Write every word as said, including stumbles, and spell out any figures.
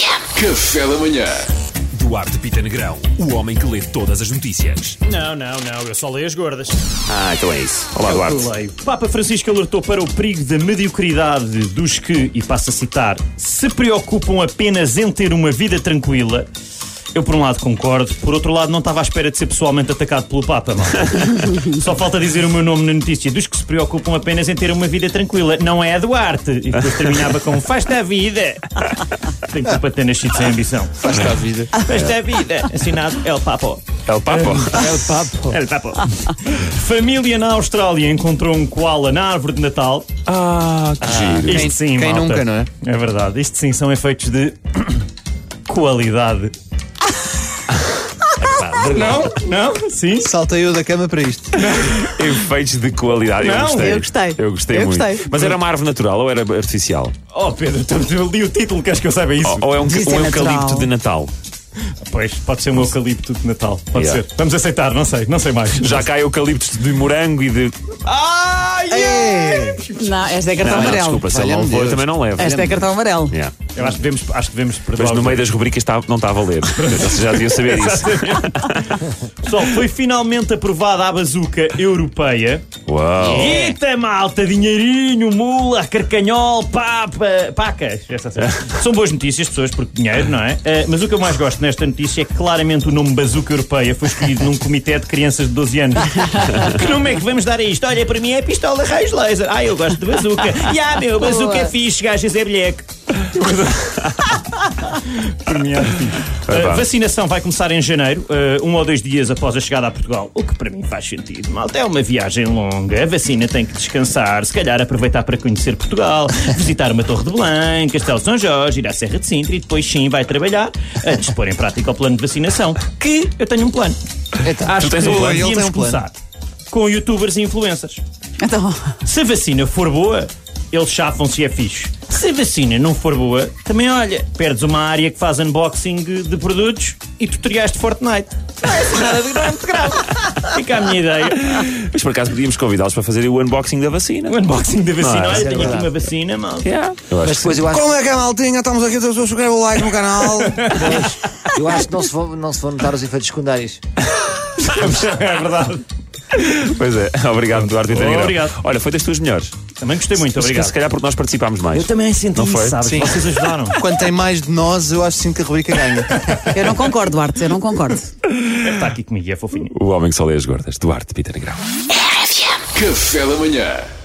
Café da manhã. Duarte Pita Negrão, o homem que lê todas as notícias. Não, não, não, eu só leio as gordas. Ah, então é isso. Olá, Duarte. Eu leio. Papa Francisco alertou para o perigo da mediocridade dos que, e passo a citar, se preocupam apenas em ter uma vida tranquila. Eu, por um lado, concordo. Por outro lado, não estava à espera de ser pessoalmente atacado pelo Papa, mal. Só falta dizer o meu nome na notícia. Dos que se preocupam apenas em ter uma vida tranquila. Não é a Duarte. E depois terminava com faz-te a vida. Tenho culpa de ter nascido sem ambição. Faz-te a vida. Faz-te a vida. Assinado El Papo. El Papo. É o papo. El Papo. Família na Austrália encontrou um koala na árvore de Natal. Ah, que giro. Isto Quem- sim, quem malta. nunca, não é? É verdade. Isto sim são efeitos de qualidade. Não? Não? Sim? Saltei eu da cama para isto. Efeitos de qualidade. Eu Não, gostei. eu gostei. Eu gostei Eu muito. gostei. Mas era uma árvore natural ou era artificial? Oh, Pedro, eu li o título, queres que eu saiba isso? Ou, ou é um, Isso um é eucalipto natural. de Natal? Pois, pode ser um eucalipto de Natal. Pode Yeah. ser. Vamos aceitar, não sei, não sei mais. Já cá eucaliptos de morango e de. Ah, yeah! Não, esta é cartão Não, não, amarelo. desculpa, se ele não Valha-me for, Deus. também não leva. Esta é cartão amarelo. Yeah. Eu acho que devemos, acho que devemos perdoar. Mas no os meio das rubricas está, não está a valer. Vocês já deviam saber isso. Pessoal, foi finalmente aprovada a bazuca europeia. Uau! Eita, malta, dinheirinho, mula, carcanhol, papa, pacas. Essas- São boas notícias, pessoas, porque dinheiro, não é? Eh, mas o que eu mais gosto nesta notícia é que claramente o nome bazuca europeia foi escolhido num comitê de crianças de doze anos. Que nome é que vamos dar a isto? Olha, para mim é pistola raios laser. Ah, eu gosto de bazuca. E ah, meu, bazuca é fixe, gajas é bilheque. Para mim é fixe. Vai, A vá. vacinação vai começar em janeiro, uh, um ou dois dias após a chegada a Portugal, o que para mim faz sentido. Malta, é uma viagem longa, a vacina tem que descansar, se calhar aproveitar para conhecer Portugal, visitar uma Torre de Belém, Castelo de São Jorge, ir à Serra de Sintra e depois sim vai trabalhar antes de pôr em prática o plano de vacinação. Que eu tenho um plano. Acho Tu tens que um plano? Ele devíamos tem um plano. começar com youtubers e influencers. Então, Se a vacina for boa, eles chafam-se e é fixe. Se a vacina não for boa, também olha, perdes uma área que faz unboxing de produtos e tutoriais de Fortnite. Não é assim nada de grande grave. Fica a minha ideia. Mas por acaso podíamos convidá-los para fazer o unboxing da vacina. O unboxing da vacina. Não é? Olha, Isso é tenho aqui verdade. uma vacina, mal. Yeah. Eu acho Mas que depois sim. eu acho, Como é que é, maltinha? Estamos aqui, eu subscreve o like no canal. eu acho que não se, vão, não se vão notar os efeitos secundários. É verdade. Pois é. Obrigado, Duarte Pita Oh, Negrão. obrigado. Olha, foi das tuas melhores. Também gostei muito, Se- obrigado. Se calhar porque nós participámos mais. Eu também senti Não isso, foi? sabes? Sim. Vocês ajudaram. Quando tem mais de nós, eu acho sim que a rubrica ganha. eu não concordo, Duarte, eu não concordo. Está aqui comigo, é fofinho. O homem que só lê as gordas. Duarte Pita Negrão. Café da manhã.